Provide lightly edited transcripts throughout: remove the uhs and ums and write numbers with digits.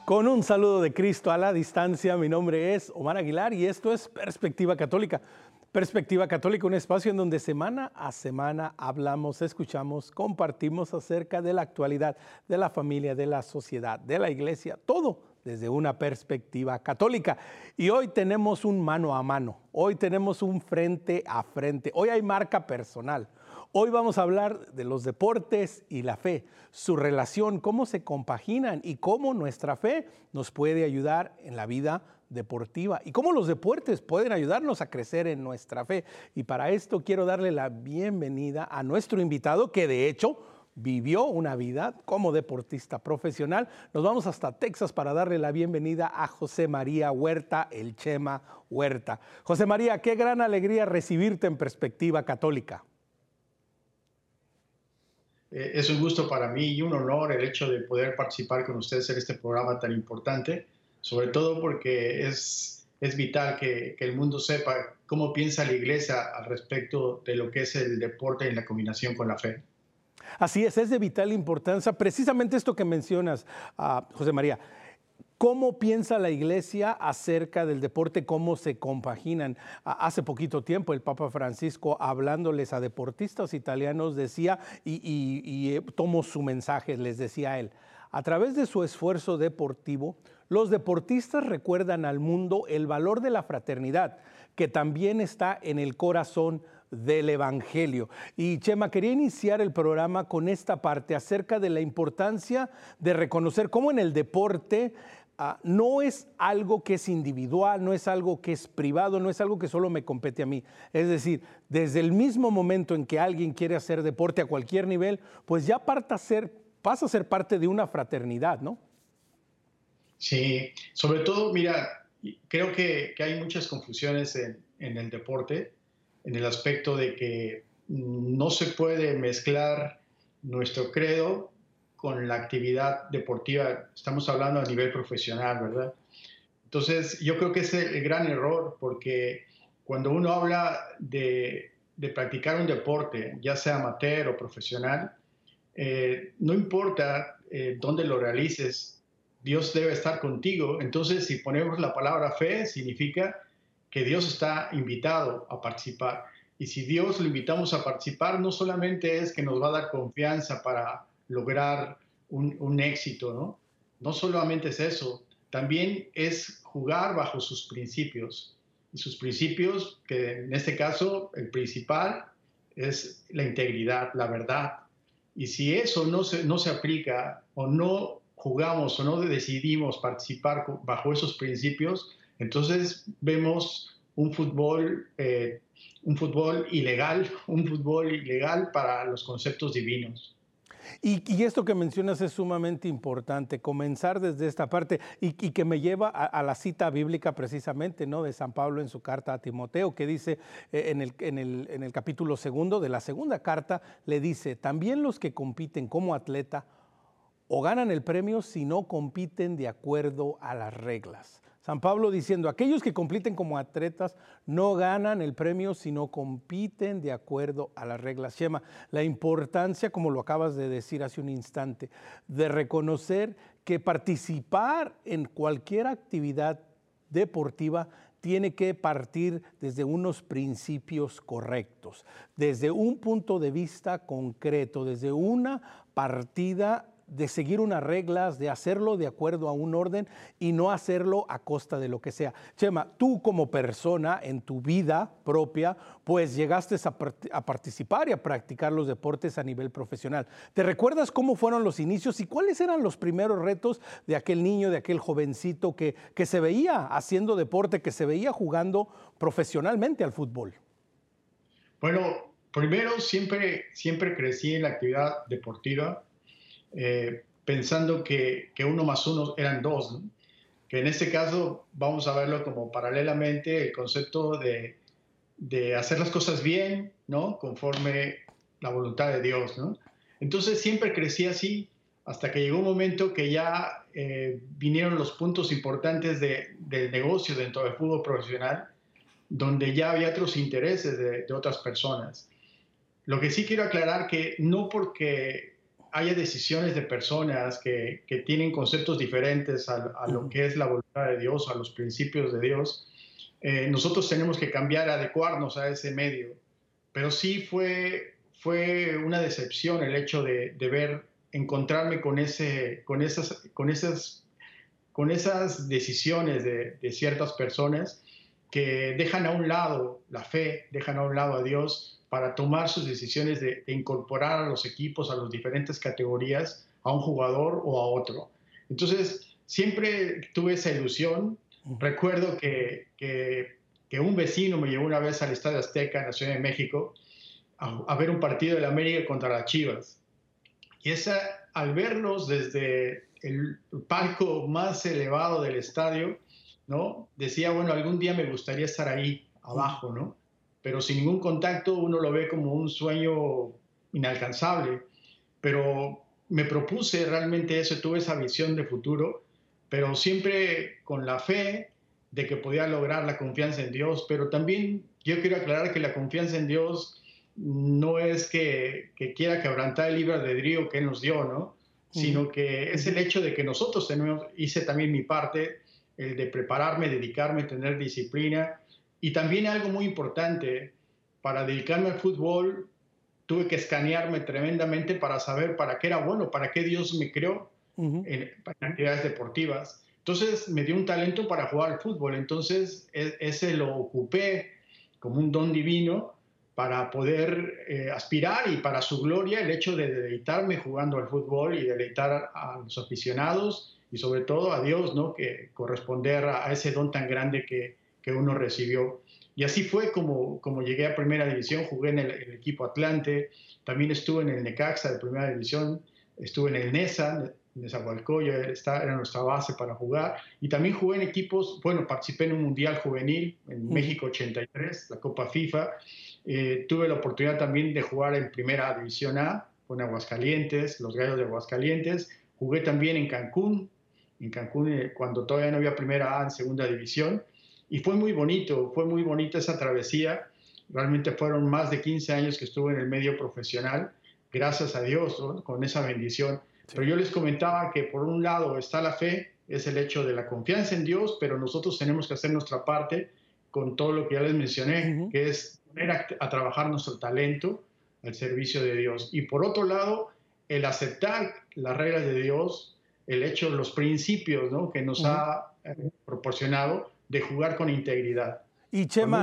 Con un saludo de Cristo a la distancia, mi nombre es Omar Aguilar y esto es Perspectiva Católica. Perspectiva Católica, un espacio en donde semana a semana hablamos, escuchamos, compartimos acerca de la actualidad, de la familia, de la sociedad, de la iglesia, todo desde una perspectiva católica. Y hoy tenemos un mano a mano, hoy tenemos un frente a frente, hoy hay marca personal. Hoy vamos a hablar de los deportes y la fe, su relación, cómo se compaginan y cómo nuestra fe nos puede ayudar en la vida deportiva y cómo los deportes pueden ayudarnos a crecer en nuestra fe. Y para esto quiero darle la bienvenida a nuestro invitado que de hecho vivió una vida como deportista profesional. Nos vamos hasta Texas para darle la bienvenida a José María Huerta, el Chema Huerta. José María, qué gran alegría recibirte en Perspectiva Católica. Es un gusto para mí y un honor el hecho de poder participar con ustedes en este programa tan importante, sobre todo porque es vital que el mundo sepa cómo piensa la Iglesia al respecto de lo que es el deporte en la combinación con la fe. Así es de vital importancia, precisamente esto que mencionas, José María. ¿Cómo piensa la Iglesia acerca del deporte? ¿Cómo se compaginan? Hace poquito tiempo el Papa Francisco, hablándoles a deportistas italianos, decía, y tomo su mensaje, les decía a él, a través de su esfuerzo deportivo, los deportistas recuerdan al mundo el valor de la fraternidad, que también está en el corazón del Evangelio. Y Chema, quería iniciar el programa con esta parte acerca de la importancia de reconocer cómo en el deporte no es algo que es individual, no es algo que es privado, no es algo que solo me compete a mí. Es decir, desde el mismo momento en que alguien quiere hacer deporte a cualquier nivel, pues ya pasa a ser parte de una fraternidad, ¿no? Sí, sobre todo, mira, creo que hay muchas confusiones en el deporte, en el aspecto de que no se puede mezclar nuestro credo con la actividad deportiva. Estamos hablando a nivel profesional, ¿verdad? Entonces, yo creo que es el gran error, porque cuando uno habla de practicar un deporte, ya sea amateur o profesional, no importa dónde lo realices, Dios debe estar contigo. Entonces, si ponemos la palabra fe, significa que Dios está invitado a participar. Y si Dios lo invitamos a participar, no solamente es que nos va a dar confianza para lograr un éxito, ¿no? No solamente es eso, también es jugar bajo sus principios. Y sus principios, que en este caso el principal es la integridad, la verdad. Y si eso no se aplica o no jugamos o no decidimos participar bajo esos principios, entonces vemos un fútbol ilegal para los conceptos divinos. Y esto que mencionas es sumamente importante, comenzar desde esta parte y que me lleva a la cita bíblica precisamente, ¿no? De San Pablo en su carta a Timoteo, que dice en el capítulo 2 de la segunda carta, le dice, también los que compiten como atleta o ganan el premio si no compiten de acuerdo a las reglas. San Pablo diciendo, aquellos que compiten como atletas no ganan el premio si no compiten de acuerdo a las reglas. Chema, la importancia, como lo acabas de decir hace un instante, de reconocer que participar en cualquier actividad deportiva tiene que partir desde unos principios correctos, desde un punto de vista concreto, desde una partida de seguir unas reglas, de hacerlo de acuerdo a un orden y no hacerlo a costa de lo que sea. Chema, tú como persona en tu vida propia, pues llegaste a participar y a practicar los deportes a nivel profesional. ¿Te recuerdas cómo fueron los inicios y cuáles eran los primeros retos de aquel niño, de aquel jovencito que se veía haciendo deporte, que se veía jugando profesionalmente al fútbol? Bueno, primero siempre crecí en la actividad deportiva, pensando que uno más uno eran dos, ¿no? Que en este caso vamos a verlo como paralelamente el concepto de hacer las cosas bien, ¿no? Conforme la voluntad de Dios, ¿no? Entonces siempre crecí así, hasta que llegó un momento que ya vinieron los puntos importantes del negocio dentro del fútbol profesional, donde ya había otros intereses de otras personas. Lo que sí quiero aclarar que no porque haya decisiones de personas que tienen conceptos diferentes a lo que es la voluntad de Dios, a los principios de Dios, nosotros tenemos que cambiar, adecuarnos a ese medio. Pero sí fue una decepción el hecho de ver, encontrarme con esas decisiones de ciertas personas que dejan a un lado la fe, dejan a un lado a Dios para tomar sus decisiones de incorporar a los equipos, a las diferentes categorías, a un jugador o a otro. Entonces, siempre tuve esa ilusión. Recuerdo que un vecino me llevó una vez al Estadio Azteca en la Ciudad de México a ver un partido de la América contra las Chivas. Y al verlos desde el palco más elevado del estadio, ¿no? Decía, bueno, algún día me gustaría estar ahí abajo, ¿no? Pero sin ningún contacto uno lo ve como un sueño inalcanzable. Pero me propuse realmente eso, tuve esa visión de futuro, pero siempre con la fe de que podía lograr la confianza en Dios. Pero también yo quiero aclarar que la confianza en Dios no es que quiera quebrantar el libre albedrío que Él nos dio, ¿no? Sino que es el hecho de que nosotros hice también mi parte, el de prepararme, dedicarme, tener disciplina. Y también algo muy importante, para dedicarme al fútbol, tuve que escanearme tremendamente para saber para qué era bueno, para qué Dios me creó en actividades deportivas. Entonces me dio un talento para jugar al fútbol, entonces ese lo ocupé como un don divino para poder aspirar y para su gloria el hecho de deleitarme jugando al fútbol y deleitar a los aficionados y sobre todo a Dios, ¿no? Que corresponder a ese don tan grande que uno recibió. Y así fue como llegué a Primera División, jugué en el equipo Atlante, también estuve en el Necaxa de Primera División, estuve en el Nesa, Nezahualcóyotl, era nuestra base para jugar, y también jugué en equipos, bueno, participé en un Mundial Juvenil en México 83, la Copa FIFA, tuve la oportunidad también de jugar en Primera División A, con Aguascalientes, los Gallos de Aguascalientes, jugué también en Cancún cuando todavía no había Primera A en Segunda División, y fue muy bonita esa travesía. Realmente fueron más de 15 años que estuve en el medio profesional, gracias a Dios, ¿no? Con esa bendición. Sí. Pero yo les comentaba que por un lado está la fe, es el hecho de la confianza en Dios, pero nosotros tenemos que hacer nuestra parte con todo lo que ya les mencioné, que es poner a trabajar nuestro talento al servicio de Dios. Y por otro lado, el aceptar las reglas de Dios, el hecho, los principios, ¿no? Que nos ha proporcionado, de jugar con integridad. Y Chema,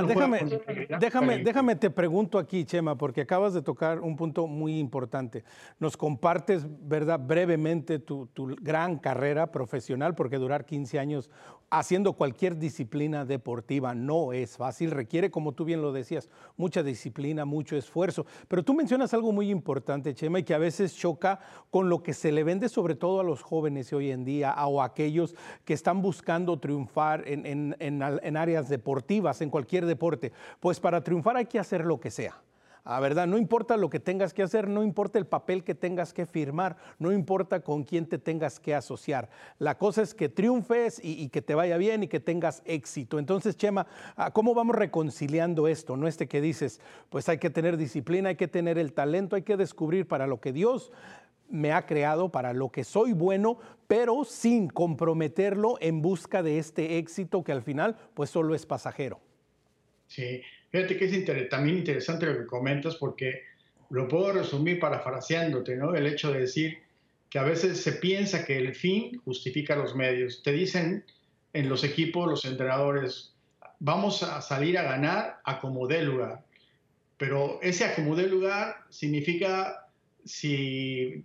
déjame te pregunto aquí, Chema, porque acabas de tocar un punto muy importante. Nos compartes, ¿verdad?, brevemente tu gran carrera profesional, porque durar 15 años haciendo cualquier disciplina deportiva no es fácil, requiere, como tú bien lo decías, mucha disciplina, mucho esfuerzo. Pero tú mencionas algo muy importante, Chema, y que a veces choca con lo que se le vende sobre todo a los jóvenes hoy en día o a aquellos que están buscando triunfar en áreas deportivas, en cualquier deporte. Pues para triunfar hay que hacer lo que sea. ¿Verdad? No importa lo que tengas que hacer, no importa el papel que tengas que firmar, no importa con quién te tengas que asociar. La cosa es que triunfes y que te vaya bien y que tengas éxito. Entonces, Chema, ¿cómo vamos reconciliando esto? ¿No? Que dices, pues hay que tener disciplina, hay que tener el talento, hay que descubrir para lo que Dios me ha creado, para lo que soy bueno, pero sin comprometerlo en busca de este éxito que al final pues solo es pasajero. Sí, fíjate que es también interesante lo que comentas porque lo puedo resumir parafraseándote, ¿no? El hecho de decir que a veces se piensa que el fin justifica los medios. Te dicen en los equipos, los entrenadores, vamos a salir a ganar a como dé lugar. Pero ese a como dé lugar significa si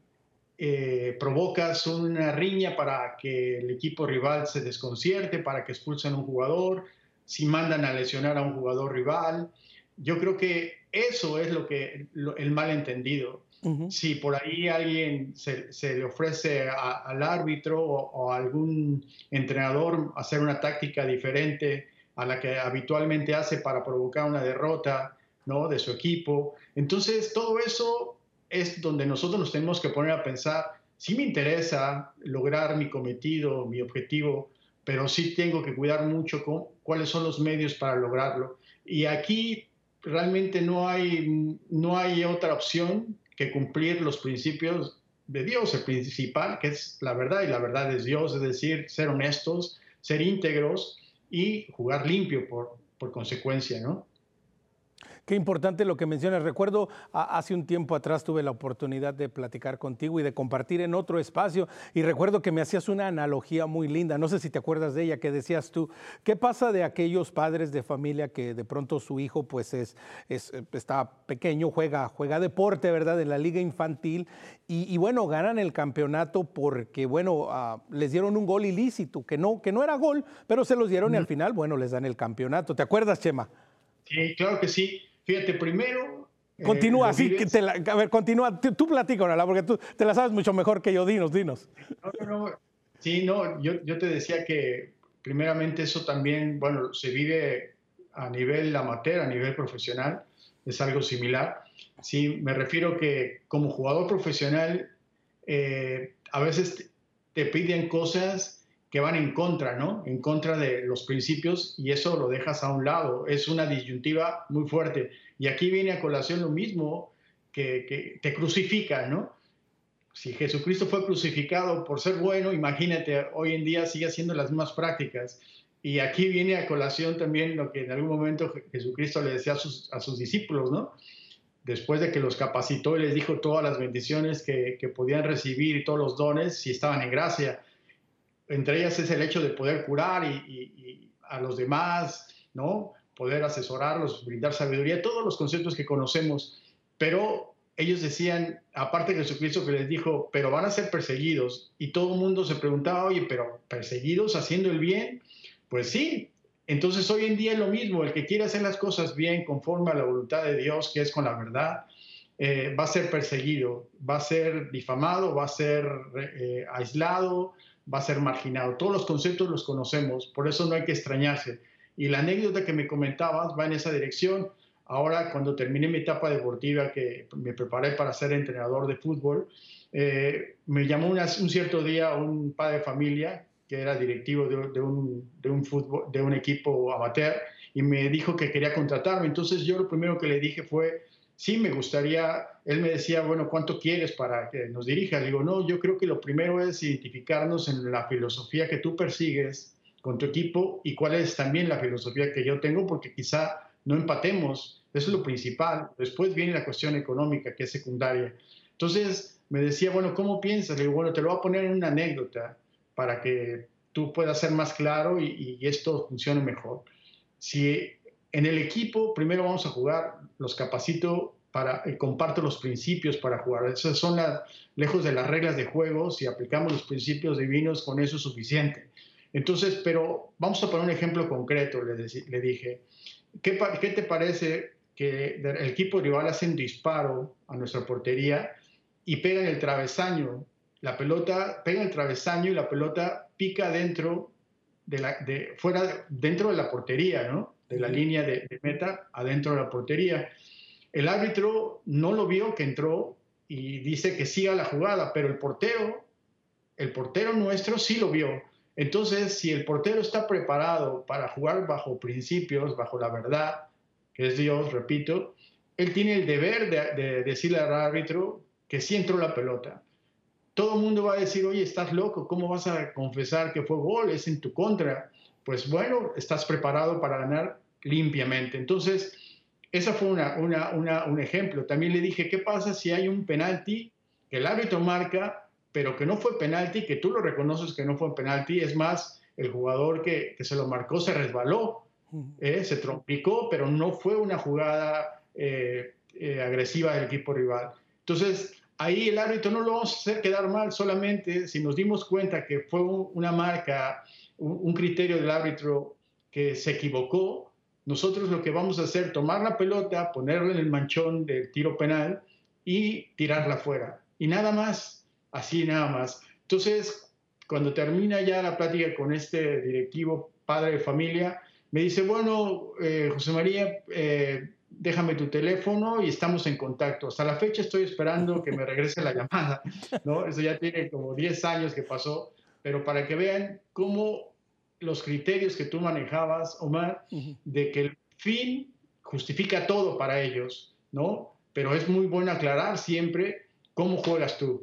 provocas una riña para que el equipo rival se desconcierte, para que expulsen a un jugador, si mandan a lesionar a un jugador rival. Yo creo que eso es el malentendido. Si por ahí alguien se le ofrece al árbitro o a algún entrenador hacer una táctica diferente a la que habitualmente hace para provocar una derrota, ¿no?, de su equipo, entonces todo eso es donde nosotros nos tenemos que poner a pensar, sí me interesa lograr mi cometido, mi objetivo, pero sí tengo que cuidar mucho cuáles son los medios para lograrlo. Y aquí realmente no hay otra opción que cumplir los principios de Dios, el principal, que es la verdad, y la verdad es Dios, es decir, ser honestos, ser íntegros y jugar limpio por consecuencia, ¿no? Qué importante lo que mencionas. Recuerdo hace un tiempo atrás tuve la oportunidad de platicar contigo y de compartir en otro espacio y recuerdo que me hacías una analogía muy linda, no sé si te acuerdas de ella, que decías tú, ¿qué pasa de aquellos padres de familia que de pronto su hijo pues está pequeño, juega deporte, ¿verdad? En la liga infantil y bueno, ganan el campeonato porque bueno, les dieron un gol ilícito, que no era gol, pero se los dieron y al final, bueno, les dan el campeonato. ¿Te acuerdas, Chema? Sí, claro que sí. Fíjate, primero Continúa, lo sí, vives. a ver, continúa, tú platícanos, porque tú te la sabes mucho mejor que yo, dinos. No, no, no. Sí, no, yo te decía que primeramente eso también, bueno, se vive a nivel amateur, a nivel profesional, es algo similar. Sí, me refiero que como jugador profesional, a veces te piden cosas que van en contra, ¿no? En contra de los principios y eso lo dejas a un lado. Es una disyuntiva muy fuerte. Y aquí viene a colación lo mismo que te crucifican, ¿no? Si Jesucristo fue crucificado por ser bueno, imagínate, hoy en día sigue haciendo las mismas prácticas. Y aquí viene a colación también lo que en algún momento Jesucristo le decía a sus discípulos, ¿no? Después de que los capacitó y les dijo todas las bendiciones que podían recibir y todos los dones si estaban en gracia. Entre ellas es el hecho de poder curar y a los demás, ¿no? Poder asesorarlos, brindar sabiduría, todos los conceptos que conocemos. Pero ellos decían, aparte de Jesucristo que les dijo, pero van a ser perseguidos. Y todo el mundo se preguntaba, oye, pero perseguidos haciendo el bien. Pues sí. Entonces hoy en día es lo mismo, el que quiere hacer las cosas bien conforme a la voluntad de Dios, que es con la verdad, va a ser perseguido, va a ser difamado, va a ser aislado, va a ser marginado. Todos los conceptos los conocemos, por eso no hay que extrañarse. Y la anécdota que me comentabas va en esa dirección. Ahora, cuando terminé mi etapa deportiva, que me preparé para ser entrenador de fútbol, me llamó un cierto día un padre de familia que era directivo de un equipo amateur y me dijo que quería contratarme. Entonces yo lo primero que le dije fue, sí, me gustaría, él me decía, bueno, ¿cuánto quieres para que nos dirijas? Le digo, no, yo creo que lo primero es identificarnos en la filosofía que tú persigues con tu equipo y cuál es también la filosofía que yo tengo, porque quizá no empatemos, eso es lo principal. Después viene la cuestión económica, que es secundaria. Entonces me decía, bueno, ¿cómo piensas? Le digo, bueno, te lo voy a poner en una anécdota para que tú puedas ser más claro y esto funcione mejor. Si en el equipo primero vamos a jugar, los capacito comparto los principios para jugar. Esas son lejos de las reglas de juego, si aplicamos los principios divinos, con eso es suficiente. Entonces, pero vamos a poner un ejemplo concreto, le dije. ¿Qué te parece que el equipo rival hace un disparo a nuestra portería y pega en el travesaño? La pelota pega en el travesaño y la pelota pica dentro dentro de la portería, ¿no? De la línea de meta adentro de la portería. El árbitro no lo vio que entró y dice que siga la jugada, pero el portero nuestro sí lo vio. Entonces, si el portero está preparado para jugar bajo principios, bajo la verdad, que es Dios, repito, él tiene el deber de decirle al árbitro que sí entró la pelota. Todo el mundo va a decir, oye, estás loco, ¿cómo vas a confesar que fue gol? Es en tu contra. Pues bueno, estás preparado para ganar limpiamente. Entonces, ese fue un ejemplo. También le dije, ¿qué pasa si hay un penalti que el árbitro marca, pero que no fue penalti, que tú lo reconoces que no fue penalti? Es más, el jugador que se lo marcó se resbaló, se trompicó, pero no fue una jugada agresiva del equipo rival. Entonces, ahí el árbitro no lo vamos a hacer quedar mal, solamente si nos dimos cuenta que fue una marca, un criterio del árbitro que se equivocó, nosotros lo que vamos a hacer es tomar la pelota, ponerla en el manchón del tiro penal y tirarla fuera. Y nada más, así nada más. Entonces, cuando termina ya la plática con este directivo padre de familia, me dice, bueno, José María, déjame tu teléfono y estamos en contacto. Hasta la fecha estoy esperando que me regrese la llamada, ¿no? Eso ya tiene como 10 años que pasó, pero para que vean cómo los criterios que tú manejabas, Omar, de que el fin justifica todo para ellos, ¿no? Pero es muy bueno aclarar siempre cómo juegas tú.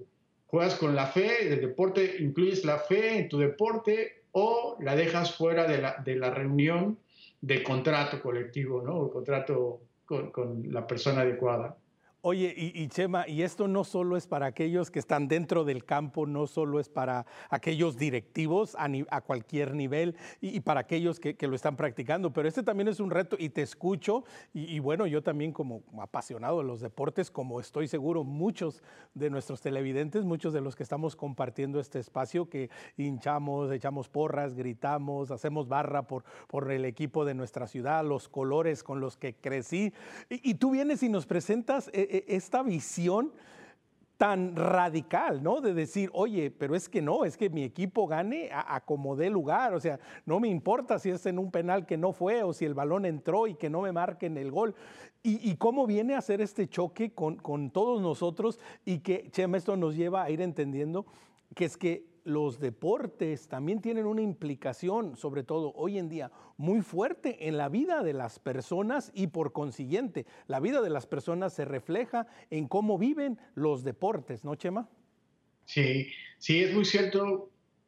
juegas con la fe del deporte, incluyes la fe en tu deporte o la dejas fuera de la reunión de contrato colectivo, ¿no? O contrato con la persona adecuada. Oye, Chema, y esto no solo es para aquellos que están dentro del campo, no solo es para aquellos directivos a cualquier nivel y para aquellos que lo están practicando, pero este también es un reto y te escucho y bueno, yo también como apasionado de los deportes, como estoy seguro muchos de nuestros televidentes, muchos de los que estamos compartiendo este espacio, que hinchamos, echamos porras, gritamos, hacemos barra por el equipo de nuestra ciudad, los colores con los que crecí, y tú vienes y nos presentas esta visión tan radical, ¿no? De decir, oye, pero es que no, es que mi equipo gane a como dé lugar, o sea, no me importa si es en un penal que no fue o si el balón entró y que no me marquen el gol. Y cómo viene a hacer este choque con todos nosotros y que, Chema, esto nos lleva a ir entendiendo que es que los deportes también tienen una implicación, sobre todo hoy en día, muy fuerte en la vida de las personas y por consiguiente, la vida de las personas se refleja en cómo viven los deportes, ¿no, Chema? Sí, sí, es muy cierto.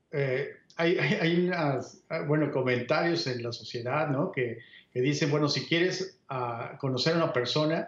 Hay unos bueno, comentarios en la sociedad, ¿no? Que dicen, bueno, si quieres conocer a una persona,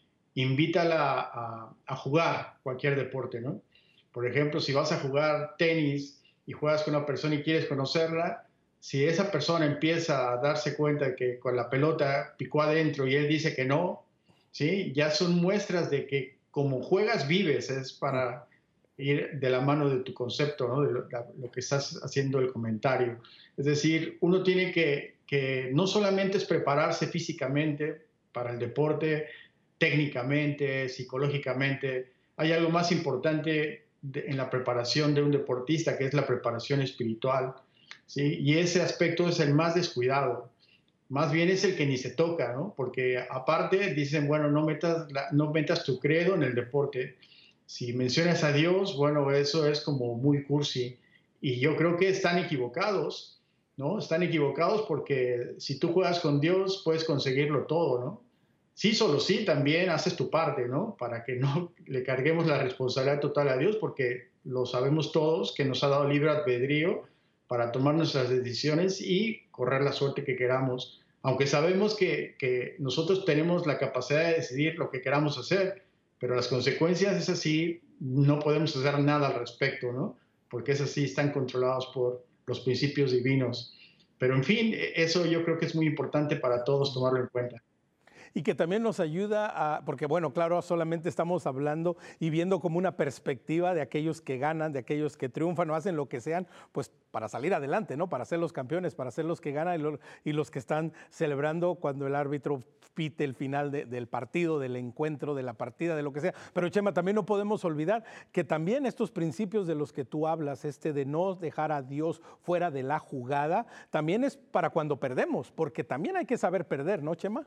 invítala a jugar cualquier deporte, ¿no? Por ejemplo, si vas a jugar tenis y juegas con una persona y quieres conocerla, si esa persona empieza a darse cuenta de que con la pelota picó adentro y él dice que no, ¿sí? Ya son muestras de que como juegas, vives, es para ir de la mano de tu concepto, ¿no? De lo que estás haciendo el comentario. Es decir, uno tiene que no solamente es prepararse físicamente para el deporte, técnicamente, psicológicamente, hay algo más importante en la preparación de un deportista, que es la preparación espiritual, ¿sí? Y ese aspecto es el más descuidado. Más bien es el que ni se toca, ¿no? Porque aparte dicen, bueno, no metas tu credo en el deporte. Si mencionas a Dios, bueno, eso es como muy cursi. Y yo creo que están equivocados, ¿no? Están equivocados porque si tú juegas con Dios, puedes conseguirlo todo, ¿no? Sí, solo sí, también haces tu parte, ¿no? Para que no le carguemos la responsabilidad total a Dios, porque lo sabemos todos, que nos ha dado libre albedrío para tomar nuestras decisiones y correr la suerte que queramos. Aunque sabemos que nosotros tenemos la capacidad de decidir lo que queramos hacer, pero las consecuencias es así, no podemos hacer nada al respecto, ¿no? Porque es así, están controlados por los principios divinos. Pero en fin, eso yo creo que es muy importante para todos tomarlo en cuenta. Y que también nos ayuda a, porque bueno, claro, solamente estamos hablando y viendo como una perspectiva de aquellos que ganan, de aquellos que triunfan o hacen lo que sean, pues para salir adelante, ¿no? Para ser los campeones, para ser los que ganan y los que están celebrando cuando el árbitro pite el final del partido, del encuentro, de la partida, de lo que sea. Pero Chema, también no podemos olvidar que también estos principios de los que tú hablas, de no dejar a Dios fuera de la jugada, también es para cuando perdemos, porque también hay que saber perder, ¿no, Chema?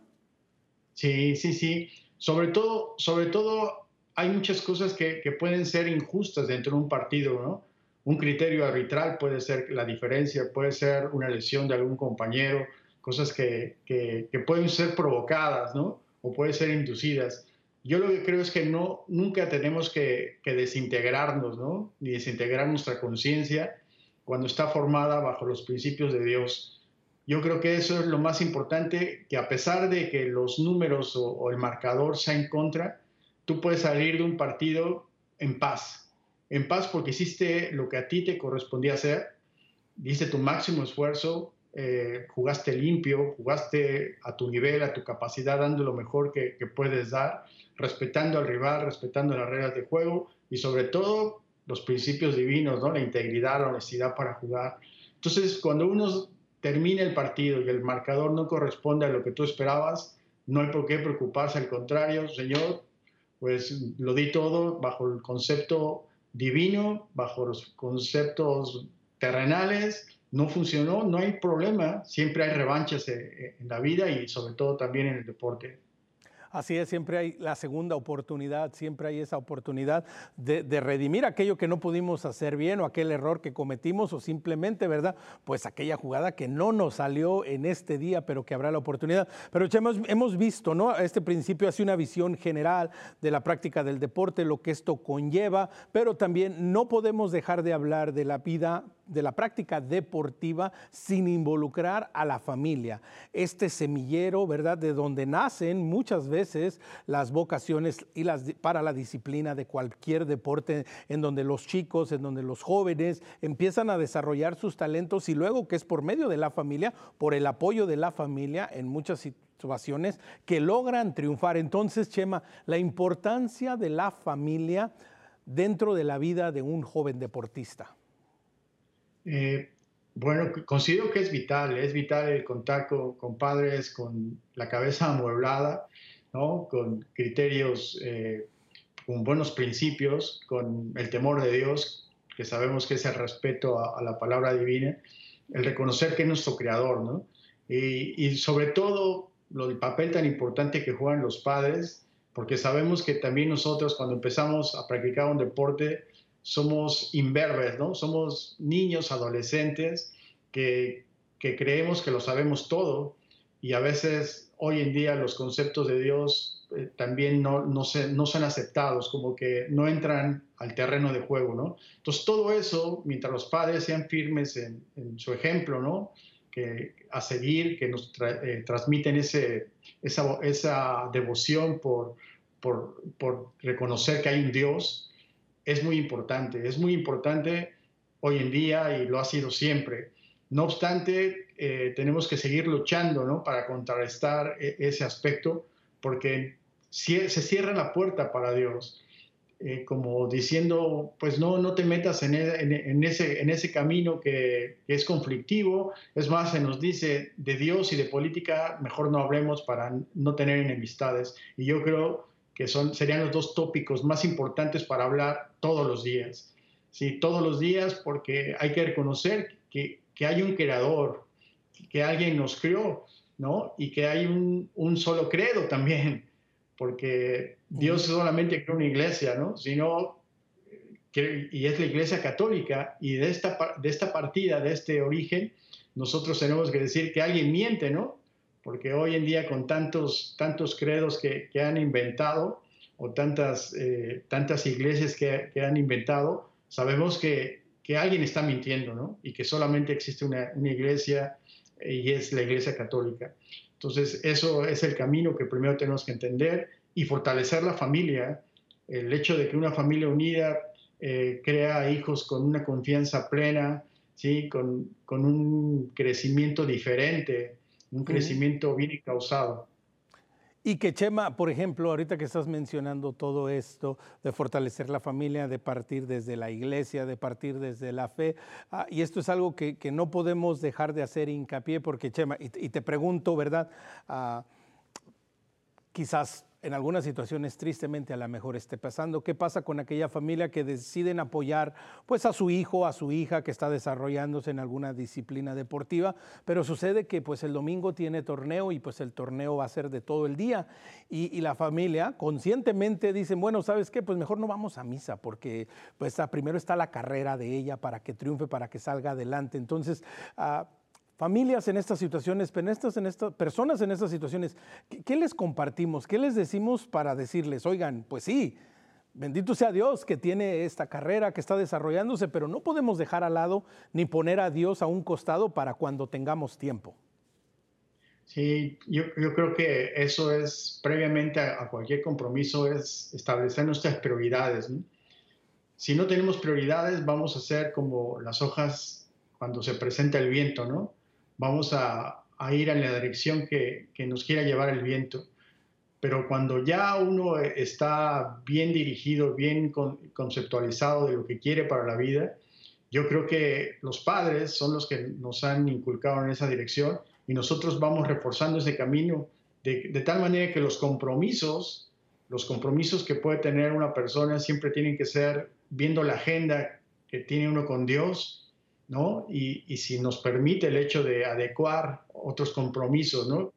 Sí, sí, sí. Sobre todo hay muchas cosas que pueden ser injustas dentro de un partido, ¿no? Un criterio arbitral puede ser la diferencia, puede ser una lesión de algún compañero, cosas que pueden ser provocadas, ¿no? O pueden ser inducidas. Yo lo que creo es que no, nunca tenemos que desintegrarnos, ¿no? Ni desintegrar nuestra conciencia cuando está formada bajo los principios de Dios. Yo creo que eso es lo más importante, que a pesar de que los números o el marcador sea en contra, tú puedes salir de un partido en paz porque hiciste lo que a ti te correspondía hacer, diste tu máximo esfuerzo, jugaste limpio, jugaste a tu nivel, a tu capacidad, dando lo mejor que puedes dar, respetando al rival, respetando las reglas de juego y sobre todo los principios divinos, ¿no? La integridad, la honestidad para jugar. Entonces, cuando uno termina el partido y el marcador no corresponde a lo que tú esperabas, no hay por qué preocuparse, al contrario, Señor, pues lo di todo bajo el concepto divino, bajo los conceptos terrenales, no funcionó, no hay problema, siempre hay revanchas en la vida y sobre todo también en el deporte. Así es, siempre hay la segunda oportunidad, siempre hay esa oportunidad de redimir aquello que no pudimos hacer bien o aquel error que cometimos o simplemente, ¿verdad? Pues aquella jugada que no nos salió en este día, pero que habrá la oportunidad. Pero Chema, hemos visto, ¿no? Este principio hace una visión general de la práctica del deporte, lo que esto conlleva, pero también no podemos dejar de hablar de la vida, de la práctica deportiva sin involucrar a la familia. Este semillero, ¿verdad? De donde nacen muchas veces las vocaciones y para la disciplina de cualquier deporte, en donde los chicos, en donde los jóvenes empiezan a desarrollar sus talentos y luego que es por medio de la familia, por el apoyo de la familia en muchas situaciones que logran triunfar. Entonces, Chema, la importancia de la familia dentro de la vida de un joven deportista. Bueno, considero que es vital el contacto con padres con la cabeza amueblada, ¿no? Con criterios, con buenos principios, con el temor de Dios, que sabemos que es el respeto a la palabra divina, el reconocer que es nuestro creador, ¿no? Y sobre todo el papel tan importante que juegan los padres, porque sabemos que también nosotros cuando empezamos a practicar un deporte, somos imberbes, ¿no? Somos niños, adolescentes que creemos que lo sabemos todo y a veces hoy en día los conceptos de Dios también no son aceptados, como que no entran al terreno de juego, ¿no? Entonces todo eso, mientras los padres sean firmes en su ejemplo, ¿no? A seguir, que nos transmiten esa devoción por reconocer que hay un Dios, es muy importante. Es muy importante hoy en día y lo ha sido siempre. No obstante, tenemos que seguir luchando, ¿no? Para contrarrestar ese aspecto, porque se cierra la puerta para Dios, como diciendo, pues no te metas en ese camino que es conflictivo. Es más, se nos dice de Dios y de política, mejor no hablemos para no tener enemistades. Y yo creo que serían los dos tópicos más importantes para hablar todos los días. Sí, todos los días, porque hay que reconocer que hay un creador, que alguien nos creó, ¿no? Y que hay un solo credo también, porque Dios solamente creó una iglesia, ¿no? Y es la iglesia católica, y de esta partida, de este origen, nosotros tenemos que decir que alguien miente, ¿no? Porque hoy en día con tantos credos que han inventado o tantas iglesias que han inventado, sabemos que alguien está mintiendo, ¿no? Y que solamente existe una iglesia y es la iglesia católica. Entonces, eso es el camino que primero tenemos que entender y fortalecer la familia. El hecho de que una familia unida crea hijos con una confianza plena, ¿sí? Con un crecimiento diferente, un crecimiento bien causado. Y que Chema, por ejemplo, ahorita que estás mencionando todo esto de fortalecer la familia, de partir desde la iglesia, de partir desde la fe, y esto es algo que no podemos dejar de hacer hincapié porque Chema, y te pregunto, ¿verdad? Quizás en algunas situaciones tristemente a lo mejor esté pasando. ¿Qué pasa con aquella familia que deciden apoyar pues a su hijo, a su hija que está desarrollándose en alguna disciplina deportiva, pero sucede que pues el domingo tiene torneo y pues el torneo va a ser de todo el día y la familia conscientemente dicen, bueno, ¿sabes qué? Pues mejor no vamos a misa porque pues primero está la carrera de ella para que triunfe, para que salga adelante. Entonces, familias en estas situaciones, personas en estas situaciones, ¿qué les compartimos? ¿Qué les decimos para decirles, oigan, pues sí, bendito sea Dios que tiene esta carrera, que está desarrollándose, pero no podemos dejar al lado ni poner a Dios a un costado para cuando tengamos tiempo? Sí, yo creo que eso es, previamente a cualquier compromiso, es establecer nuestras prioridades, ¿no? Si no tenemos prioridades, vamos a ser como las hojas cuando se presenta el viento, ¿no? Vamos a ir en la dirección que nos quiera llevar el viento. Pero cuando ya uno está bien dirigido, bien conceptualizado de lo que quiere para la vida, yo creo que los padres son los que nos han inculcado en esa dirección y nosotros vamos reforzando ese camino de tal manera que los compromisos que puede tener una persona siempre tienen que ser viendo la agenda que tiene uno con Dios, ¿no? Y si nos permite el hecho de adecuar otros compromisos, ¿no?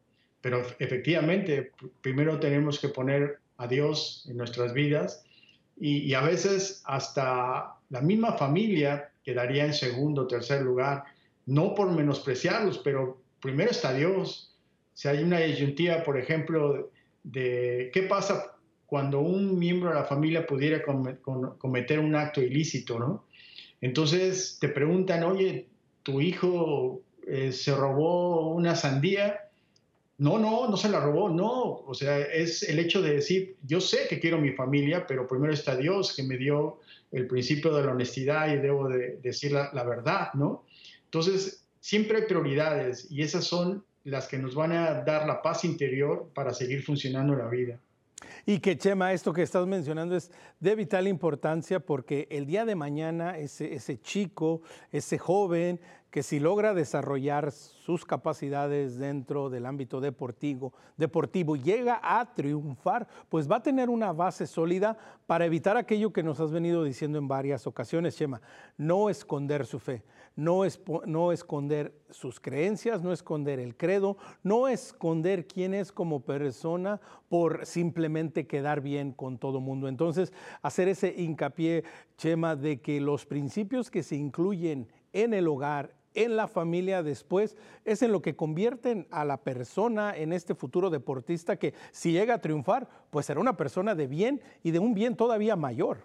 pero efectivamente, primero tenemos que poner a Dios en nuestras vidas y a veces hasta la misma familia quedaría en segundo o tercer lugar, no por menospreciarlos, pero primero está Dios. Si hay una disyuntiva, por ejemplo, de qué pasa cuando un miembro de la familia pudiera cometer un acto ilícito, ¿no? Entonces te preguntan, oye, ¿tu hijo se robó una sandía? No, no, no se la robó, no. O sea, es el hecho de decir, yo sé que quiero mi familia, pero primero está Dios que me dio el principio de la honestidad y debo de decir la verdad, ¿no? Entonces, siempre hay prioridades y esas son las que nos van a dar la paz interior para seguir funcionando en la vida. Y que Chema, esto que estás mencionando es de vital importancia porque el día de mañana ese chico, ese joven, que si logra desarrollar sus capacidades dentro del ámbito deportivo y llega a triunfar, pues va a tener una base sólida para evitar aquello que nos has venido diciendo en varias ocasiones, Chema, no esconder su fe, no esconder sus creencias, no esconder el credo, no esconder quién es como persona por simplemente quedar bien con todo mundo. Entonces, hacer ese hincapié, Chema, de que los principios que se incluyen en el hogar, en la familia después, es en lo que convierten a la persona en este futuro deportista que si llega a triunfar, pues será una persona de bien y de un bien todavía mayor.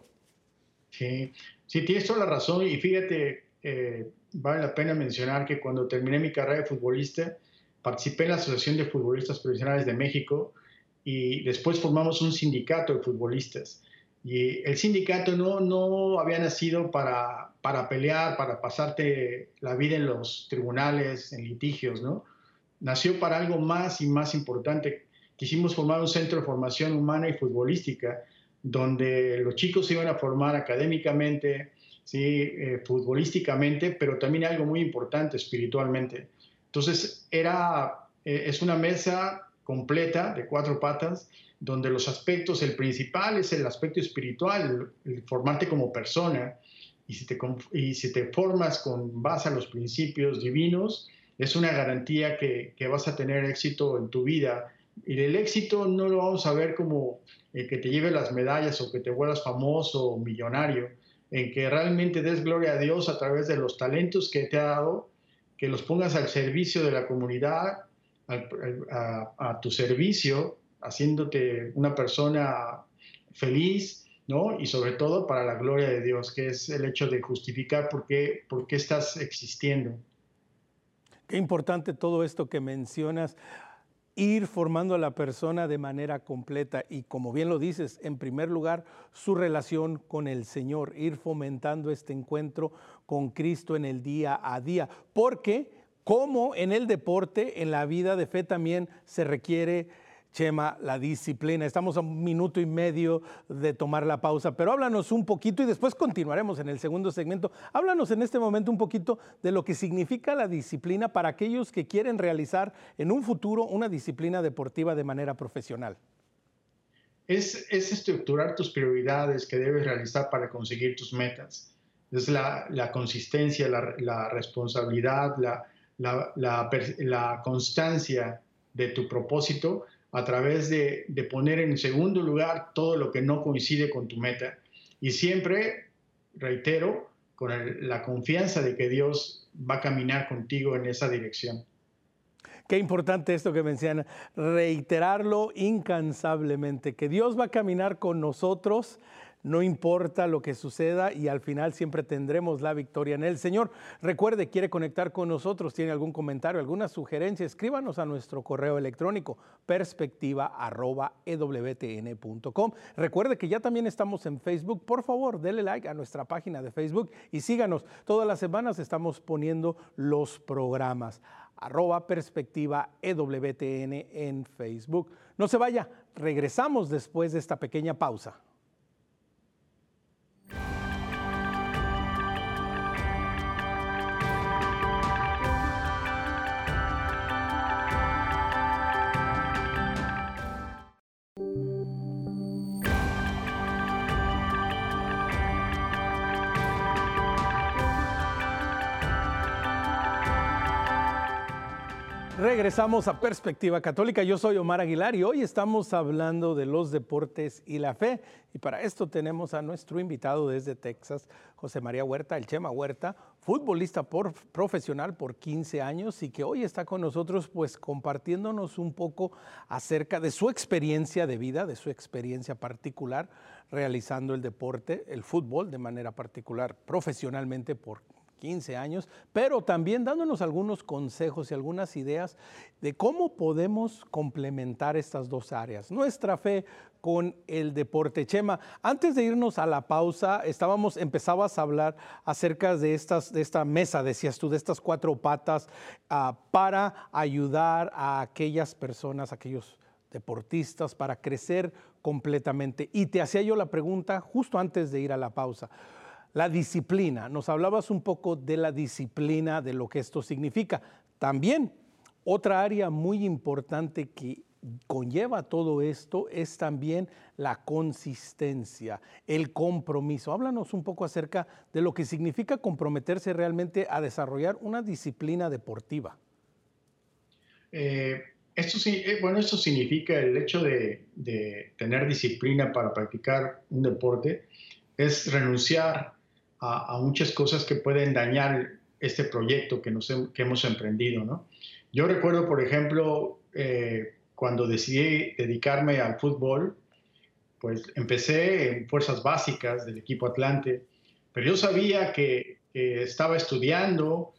Sí, sí, tienes toda la razón y fíjate, vale la pena mencionar que cuando terminé mi carrera de futbolista, participé en la Asociación de Futbolistas Profesionales de México y después formamos un sindicato de futbolistas. Y el sindicato no había nacido para pelear, para pasarte la vida en los tribunales, en litigios, ¿no? Nació para algo más y más importante. Quisimos formar un centro de formación humana y futbolística, donde los chicos se iban a formar académicamente, ¿sí? Futbolísticamente, pero también algo muy importante, espiritualmente. Entonces, es una mesa completa de 4 patas, donde los aspectos, el principal es el aspecto espiritual, el formarte como persona, y si te formas con base a los principios divinos, es una garantía que vas a tener éxito en tu vida. Y el éxito no lo vamos a ver como que te lleve las medallas o que te vuelvas famoso o millonario, en que realmente des gloria a Dios a través de los talentos que te ha dado, que los pongas al servicio de la comunidad, a tu servicio, haciéndote una persona feliz, ¿no? Y sobre todo para la gloria de Dios, que es el hecho de justificar por qué estás existiendo. Qué importante todo esto que mencionas, ir formando a la persona de manera completa y, como bien lo dices, en primer lugar, su relación con el Señor, ir fomentando este encuentro con Cristo en el día a día, porque como en el deporte, en la vida de fe también se requiere, Chema, la disciplina. Estamos a 1 minuto y medio de tomar la pausa, pero háblanos un poquito y después continuaremos en el segundo segmento. Háblanos en este momento un poquito de lo que significa la disciplina para aquellos que quieren realizar en un futuro una disciplina deportiva de manera profesional. Es estructurar tus prioridades que debes realizar para conseguir tus metas. Es la consistencia, la responsabilidad, la constancia de tu propósito a través de poner en segundo lugar todo lo que no coincide con tu meta. Y siempre, reitero, con la confianza de que Dios va a caminar contigo en esa dirección. Qué importante esto que menciona, reiterarlo incansablemente, que Dios va a caminar con nosotros, no importa lo que suceda y al final siempre tendremos la victoria en el Señor. Recuerde, quiere conectar con nosotros, tiene algún comentario, alguna sugerencia, escríbanos a nuestro correo electrónico perspectiva@ewtn.com. Recuerde que ya también estamos en Facebook. Por favor, dele like a nuestra página de Facebook y síganos. Todas las semanas estamos poniendo los programas. @perspectiva EWTN en Facebook. No se vaya, regresamos después de esta pequeña pausa. Regresamos a Perspectiva Católica. Yo soy Omar Aguilar y hoy estamos hablando de los deportes y la fe. Y para esto tenemos a nuestro invitado desde Texas, José María Huerta, el Chema Huerta, futbolista profesional por 15 años y que hoy está con nosotros pues compartiéndonos un poco acerca de su experiencia de vida, de su experiencia particular realizando el deporte, el fútbol de manera particular, profesionalmente por 15 años, pero también dándonos algunos consejos y algunas ideas de cómo podemos complementar estas dos áreas, nuestra fe con el deporte. Chema, antes de irnos a la pausa, empezabas a hablar acerca de esta mesa, decías tú, de estas cuatro patas para ayudar a aquellas personas, aquellos deportistas, para crecer completamente. Y te hacía yo la pregunta justo antes de ir a la pausa. La disciplina, nos hablabas un poco de la disciplina, de lo que esto significa. También otra área muy importante que conlleva todo esto es también la consistencia, el compromiso. Háblanos un poco acerca de lo que significa comprometerse realmente a desarrollar una disciplina deportiva. Esto significa el hecho de tener disciplina para practicar un deporte, es renunciar a muchas cosas que pueden dañar este proyecto que hemos emprendido, ¿no? Yo recuerdo, por ejemplo, cuando decidí dedicarme al fútbol, pues empecé en fuerzas básicas del equipo Atlante, pero yo sabía que estaba estudiando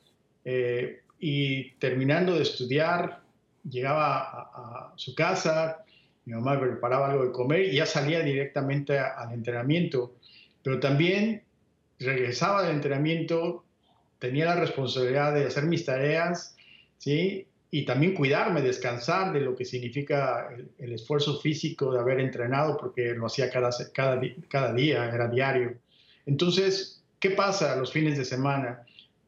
y terminando de estudiar, llegaba a su casa, mi mamá me preparaba algo de comer y ya salía directamente al entrenamiento, pero también regresaba del entrenamiento, tenía la responsabilidad de hacer mis tareas, ¿sí? Y también cuidarme, descansar de lo que significa el esfuerzo físico de haber entrenado, porque lo hacía cada día, era diario. Entonces, ¿qué pasa los fines de semana?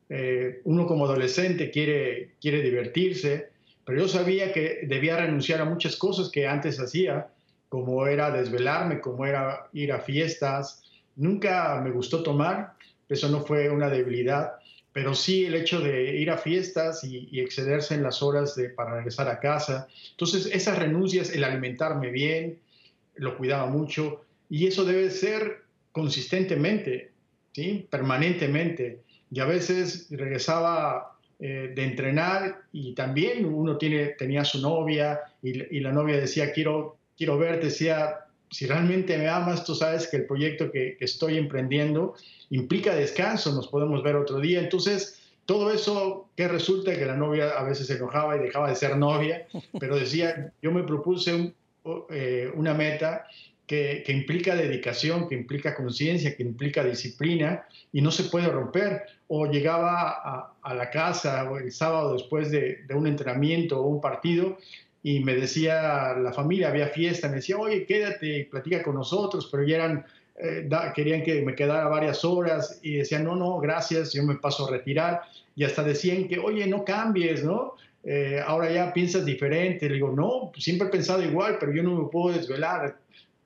Uno como adolescente quiere divertirse, pero yo sabía que debía renunciar a muchas cosas que antes hacía, como era desvelarme, como era ir a fiestas. Nunca me gustó tomar, eso no fue una debilidad, pero sí el hecho de ir a fiestas y excederse en las horas para regresar a casa. Entonces, esas renuncias, el alimentarme bien, lo cuidaba mucho, y eso debe ser consistentemente, ¿sí? Permanentemente. Y a veces regresaba de entrenar y también uno tenía su novia y la novia decía, quiero verte, decía, si realmente me amas, tú sabes que el proyecto que estoy emprendiendo implica descanso, nos podemos ver otro día. Entonces, todo eso, que resulta que la novia a veces se enojaba y dejaba de ser novia, pero decía, yo me propuse una meta que implica dedicación, que implica conciencia, que implica disciplina y no se puede romper. O llegaba a la casa el sábado después de un entrenamiento o un partido y me decía la familia, había fiesta, me decía, oye, quédate y platica con nosotros, pero ya querían que me quedara varias horas y decían, no, gracias, yo me paso a retirar. Y hasta decían que, oye, no cambies, ¿no? Ahora ya piensas diferente. Le digo, no, siempre he pensado igual, pero yo no me puedo desvelar.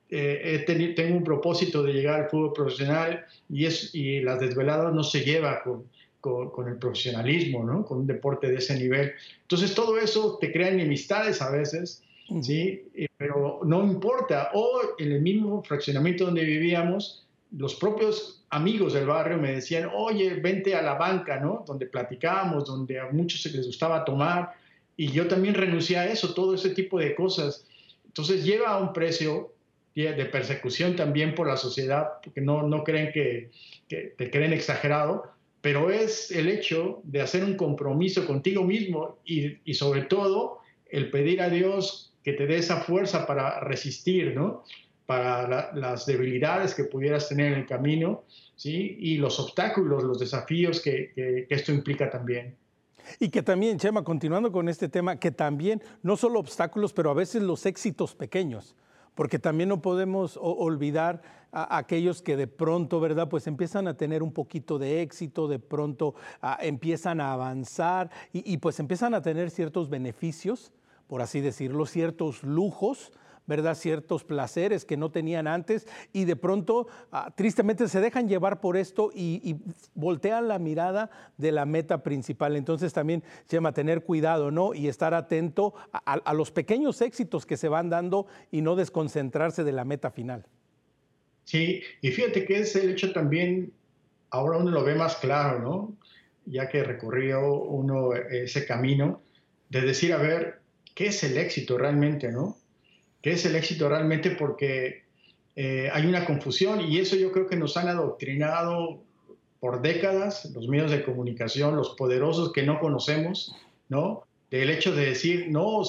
Tengo un propósito de llegar al fútbol profesional y las desveladas no se lleva con el profesionalismo, ¿no? Con un deporte de ese nivel. Entonces, todo eso te crea enemistades a veces, ¿sí? Pero no importa. O en el mismo fraccionamiento donde vivíamos, los propios amigos del barrio me decían, oye, vente a la banca, ¿no? Donde platicábamos, donde a muchos les gustaba tomar. Y yo también renuncié a eso, todo ese tipo de cosas. Entonces, lleva a un precio de persecución también por la sociedad, porque no creen que te creen exagerado, pero es el hecho de hacer un compromiso contigo mismo y sobre todo el pedir a Dios que te dé esa fuerza para resistir, ¿no? Para las debilidades que pudieras tener en el camino, ¿sí? Y los obstáculos, los desafíos que esto implica también. Y que también, Chema, continuando con este tema, que también no solo obstáculos, pero a veces los éxitos pequeños, porque también no podemos olvidar a aquellos que de pronto, ¿verdad? Pues empiezan a tener un poquito de éxito, de pronto empiezan a avanzar y pues empiezan a tener ciertos beneficios, por así decirlo, ciertos lujos, ¿verdad? Ciertos placeres que no tenían antes y de pronto, tristemente, se dejan llevar por esto y voltean la mirada de la meta principal. Entonces también, Chema, tener cuidado, ¿no? Y estar atento a los pequeños éxitos que se van dando y no desconcentrarse de la meta final. Sí, y fíjate que es el hecho también, ahora uno lo ve más claro, ¿no? Ya que recorrió uno ese camino, de decir, a ver, ¿qué es el éxito realmente, no? ¿Qué es el éxito realmente? Porque hay una confusión y eso yo creo que nos han adoctrinado por décadas los medios de comunicación, los poderosos que no conocemos, ¿no? Del hecho de decir, no,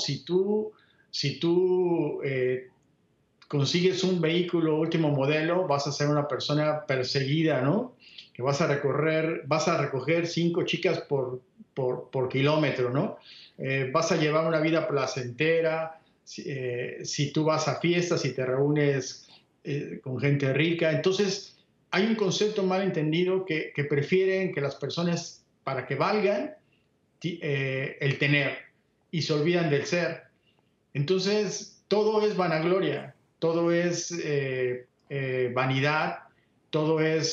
si tú consigues un vehículo último modelo, vas a ser una persona perseguida, ¿no? Que vas a recoger 5 chicas por kilómetro, ¿no? Vas a llevar una vida placentera, si tú vas a fiestas y te reúnes con gente rica. Entonces, hay un concepto mal entendido que prefieren que las personas, para que valgan, el tener y se olvidan del ser. Entonces, todo es vanagloria, todo es vanidad, todo es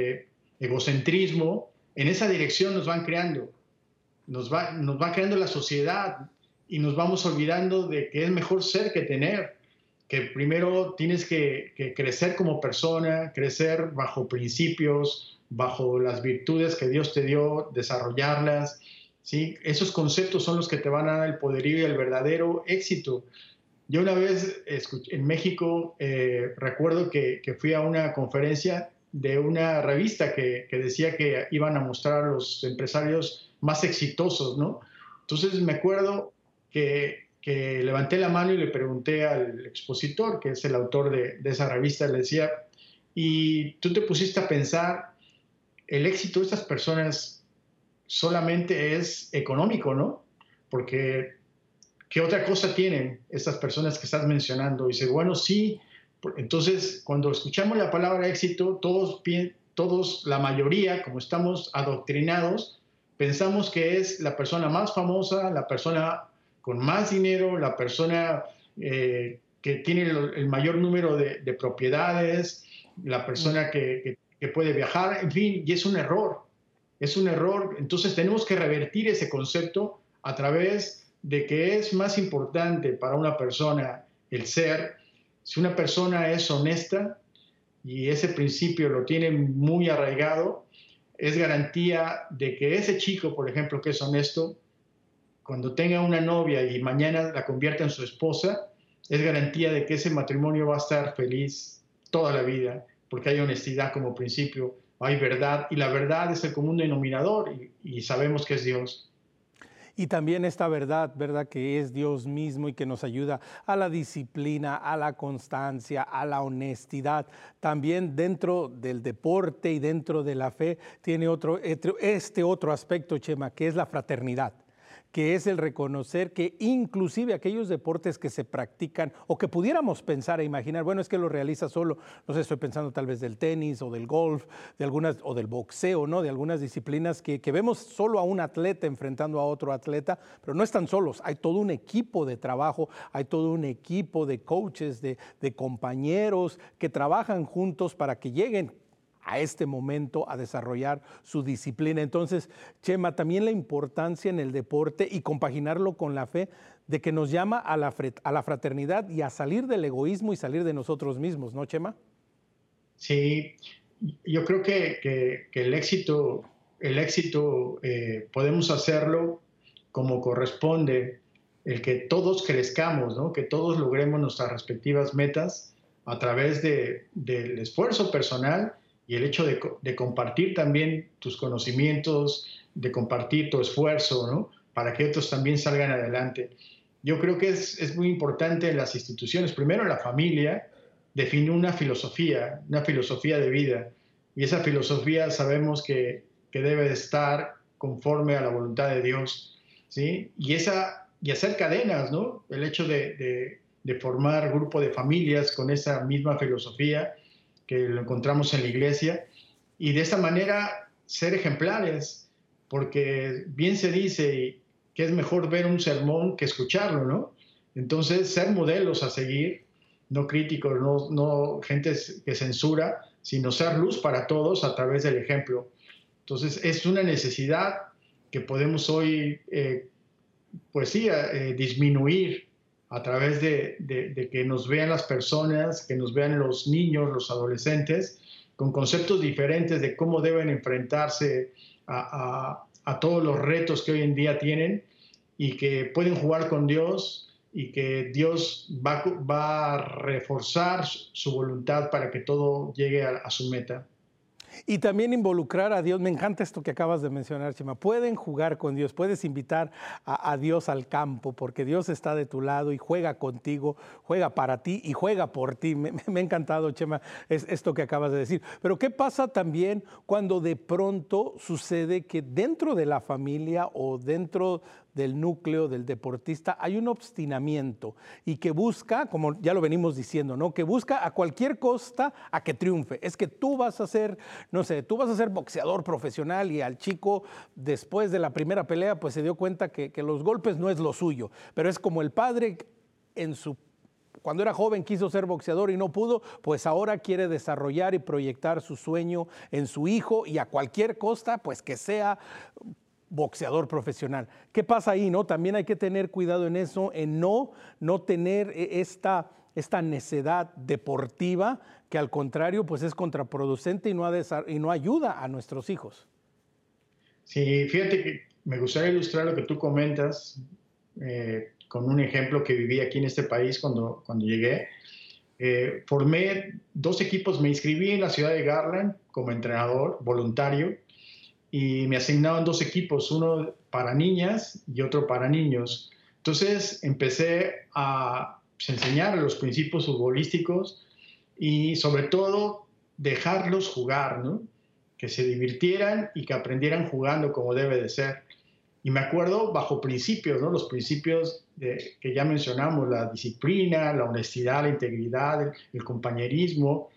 egocentrismo. En esa dirección nos van creando, nos va creando la sociedad y nos vamos olvidando de que es mejor ser que tener, que primero tienes que crecer como persona, crecer bajo principios, bajo las virtudes que Dios te dio, desarrollarlas, ¿sí? Esos conceptos son los que te van a dar el poderío y el verdadero éxito. Yo una vez en México recuerdo que fui a una conferencia de una revista que decía que iban a mostrar a los empresarios más exitosos, ¿no? Entonces me acuerdo que levanté la mano y le pregunté al expositor, que es el autor de esa revista, le decía, ¿y tú te pusiste a pensar el éxito de estas personas solamente es económico, ¿no? Porque ¿qué otra cosa tienen estas personas que estás mencionando? Y dice, bueno, sí. Entonces, cuando escuchamos la palabra éxito, todos, la mayoría, como estamos adoctrinados, pensamos que es la persona más famosa, la persona con más dinero, la persona que tiene el mayor número de propiedades, la persona que puede viajar, en fin, y es un error. Es un error. Entonces, tenemos que revertir ese concepto a través de que es más importante para una persona el ser. Si una persona es honesta y ese principio lo tiene muy arraigado, es garantía de que ese chico, por ejemplo, que es honesto, cuando tenga una novia y mañana la convierta en su esposa, es garantía de que ese matrimonio va a estar feliz toda la vida, porque hay honestidad como principio, hay verdad, y la verdad es el común denominador, y sabemos que es Dios. Y también esta verdad, ¿verdad? Que es Dios mismo y que nos ayuda a la disciplina, a la constancia, a la honestidad. También dentro del deporte y dentro de la fe tiene este otro aspecto, Chema, que es la fraternidad, que es el reconocer que inclusive aquellos deportes que se practican o que pudiéramos pensar e imaginar, bueno, es que lo realiza solo, no sé, estoy pensando tal vez del tenis o del golf, o del boxeo, ¿no? De algunas disciplinas que vemos solo a un atleta enfrentando a otro atleta, pero no están solos, hay todo un equipo de trabajo, hay todo un equipo de coaches, de compañeros que trabajan juntos para que lleguen a este momento a desarrollar su disciplina. Entonces, Chema, también la importancia en el deporte y compaginarlo con la fe de que nos llama a la fraternidad y a salir del egoísmo y salir de nosotros mismos, ¿no, Chema? Sí, yo creo que el éxito podemos hacerlo como corresponde, el que todos crezcamos, ¿no? Que todos logremos nuestras respectivas metas a través del esfuerzo personal y el hecho de compartir también tus conocimientos, de compartir tu esfuerzo, ¿no? Para que otros también salgan adelante. Yo creo que es muy importante en las instituciones, primero en la familia, definir una filosofía de vida. Y esa filosofía sabemos que debe de estar conforme a la voluntad de Dios, ¿sí? Y hacer cadenas, ¿no? El hecho de formar grupo de familias con esa misma filosofía, que lo encontramos en la iglesia, y de esta manera ser ejemplares, porque bien se dice que es mejor ver un sermón que escucharlo, ¿no? Entonces, ser modelos a seguir no críticos, no gente que censura, sino ser luz para todos a través del ejemplo. Entonces es una necesidad que podemos hoy, pues sí, disminuir a través de que nos vean las personas, que nos vean los niños, los adolescentes, con conceptos diferentes de cómo deben enfrentarse a todos los retos que hoy en día tienen y que pueden jugar con Dios y que Dios va a reforzar su voluntad para que todo llegue a su meta. Y también involucrar a Dios. Me encanta esto que acabas de mencionar, Chema. Pueden jugar con Dios, puedes invitar a Dios al campo, porque Dios está de tu lado y juega contigo, juega para ti y juega por ti. Me ha encantado, Chema, esto que acabas de decir. Pero ¿qué pasa también cuando de pronto sucede que dentro de la familia o dentro del núcleo del deportista hay un obstinamiento y que busca, como ya lo venimos diciendo, ¿no? Que busca a cualquier costa a que triunfe? Es que tú vas a ser, no sé, tú vas a ser boxeador profesional, y al chico después de la primera pelea pues se dio cuenta que los golpes no es lo suyo, pero es como el padre cuando era joven quiso ser boxeador y no pudo, pues ahora quiere desarrollar y proyectar su sueño en su hijo, y a cualquier costa pues que sea boxeador profesional. ¿Qué pasa ahí, no? También hay que tener cuidado en eso, en no tener esta necedad deportiva que al contrario pues es contraproducente y no ayuda a nuestros hijos. Sí, fíjate que me gustaría ilustrar lo que tú comentas con un ejemplo que viví aquí en este país cuando llegué. Formé 2 equipos, me inscribí en la ciudad de Garland como entrenador voluntario y me asignaban 2 equipos, uno para niñas y otro para niños. Entonces empecé a enseñar los principios futbolísticos y sobre todo dejarlos jugar, ¿no? Que se divirtieran y que aprendieran jugando como debe de ser. Y me acuerdo bajo principios, ¿no? Los principios que ya mencionamos, la disciplina, la honestidad, la integridad, el compañerismo,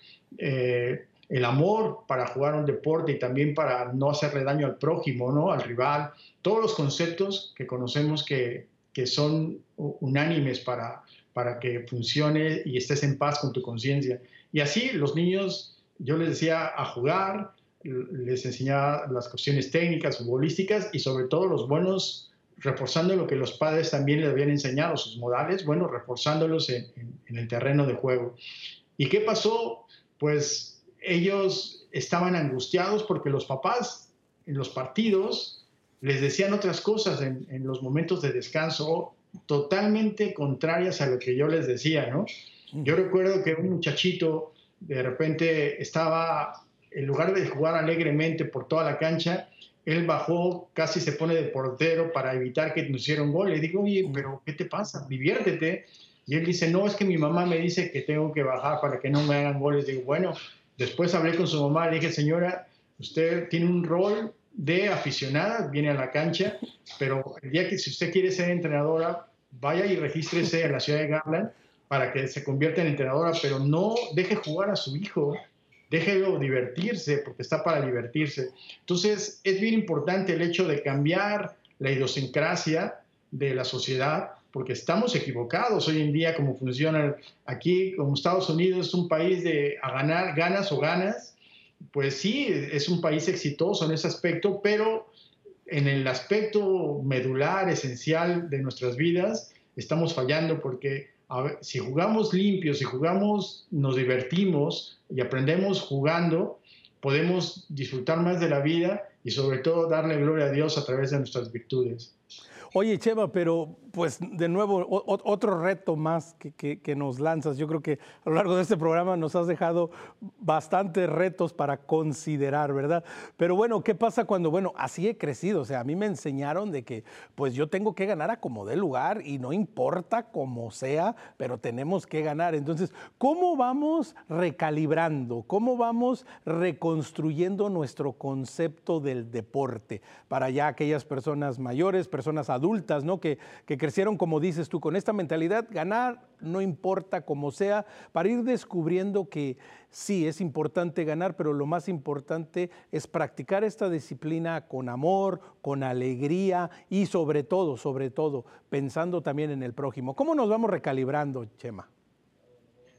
el amor para jugar un deporte y también para no hacerle daño al prójimo, ¿no? Al rival. Todos los conceptos que conocemos que son unánimes para que funcione y estés en paz con tu conciencia. Y así los niños, yo les decía a jugar, les enseñaba las cuestiones técnicas, futbolísticas y sobre todo los buenos, reforzando lo que los padres también les habían enseñado, sus modales, bueno, reforzándolos en el terreno de juego. ¿Y qué pasó? Pues ellos estaban angustiados porque los papás en los partidos les decían otras cosas en los momentos de descanso totalmente contrarias a lo que yo les decía, ¿no? Yo recuerdo que un muchachito de repente estaba, en lugar de jugar alegremente por toda la cancha, él bajó, casi se pone de portero para evitar que nos hiciera un gol. Le digo, oye, pero ¿qué te pasa? Diviértete. Y él dice, no, es que mi mamá me dice que tengo que bajar para que no me hagan goles. Digo, bueno, después hablé con su mamá, le dije, señora, usted tiene un rol de aficionada, viene a la cancha, pero el día que si usted quiere ser entrenadora, vaya y regístrese en la ciudad de Garland para que se convierta en entrenadora, pero no deje jugar a su hijo, déjelo divertirse, porque está para divertirse. Entonces, es bien importante el hecho de cambiar la idiosincrasia de la sociedad, porque estamos equivocados hoy en día como funciona aquí, como Estados Unidos es un país de a ganar, ganas o ganas, pues sí, es un país exitoso en ese aspecto, pero en el aspecto medular, esencial de nuestras vidas, estamos fallando porque si jugamos limpios, si jugamos, nos divertimos y aprendemos jugando, podemos disfrutar más de la vida y sobre todo darle gloria a Dios a través de nuestras virtudes. Oye, Chema, pero pues de nuevo otro reto más que nos lanzas. Yo creo que a lo largo de este programa nos has dejado bastantes retos para considerar, ¿verdad? Pero bueno, ¿qué pasa cuando, bueno, así he crecido? O sea, a mí me enseñaron de que pues yo tengo que ganar a como dé lugar y no importa cómo sea, pero tenemos que ganar. Entonces, ¿cómo vamos recalibrando? ¿Cómo vamos reconstruyendo nuestro concepto del deporte para ya aquellas personas mayores, personas adultas, ¿no? Que crecieron, como dices tú, con esta mentalidad, ganar no importa cómo sea, para ir descubriendo que sí, es importante ganar, pero lo más importante es practicar esta disciplina con amor, con alegría y sobre todo, pensando también en el prójimo. ¿Cómo nos vamos recalibrando, Chema?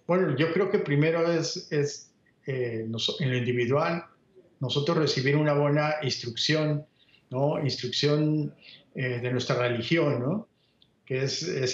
Bueno, yo creo que primero en lo individual, nosotros recibir una buena instrucción, ¿no? Instrucción de nuestra religión, ¿no? Que es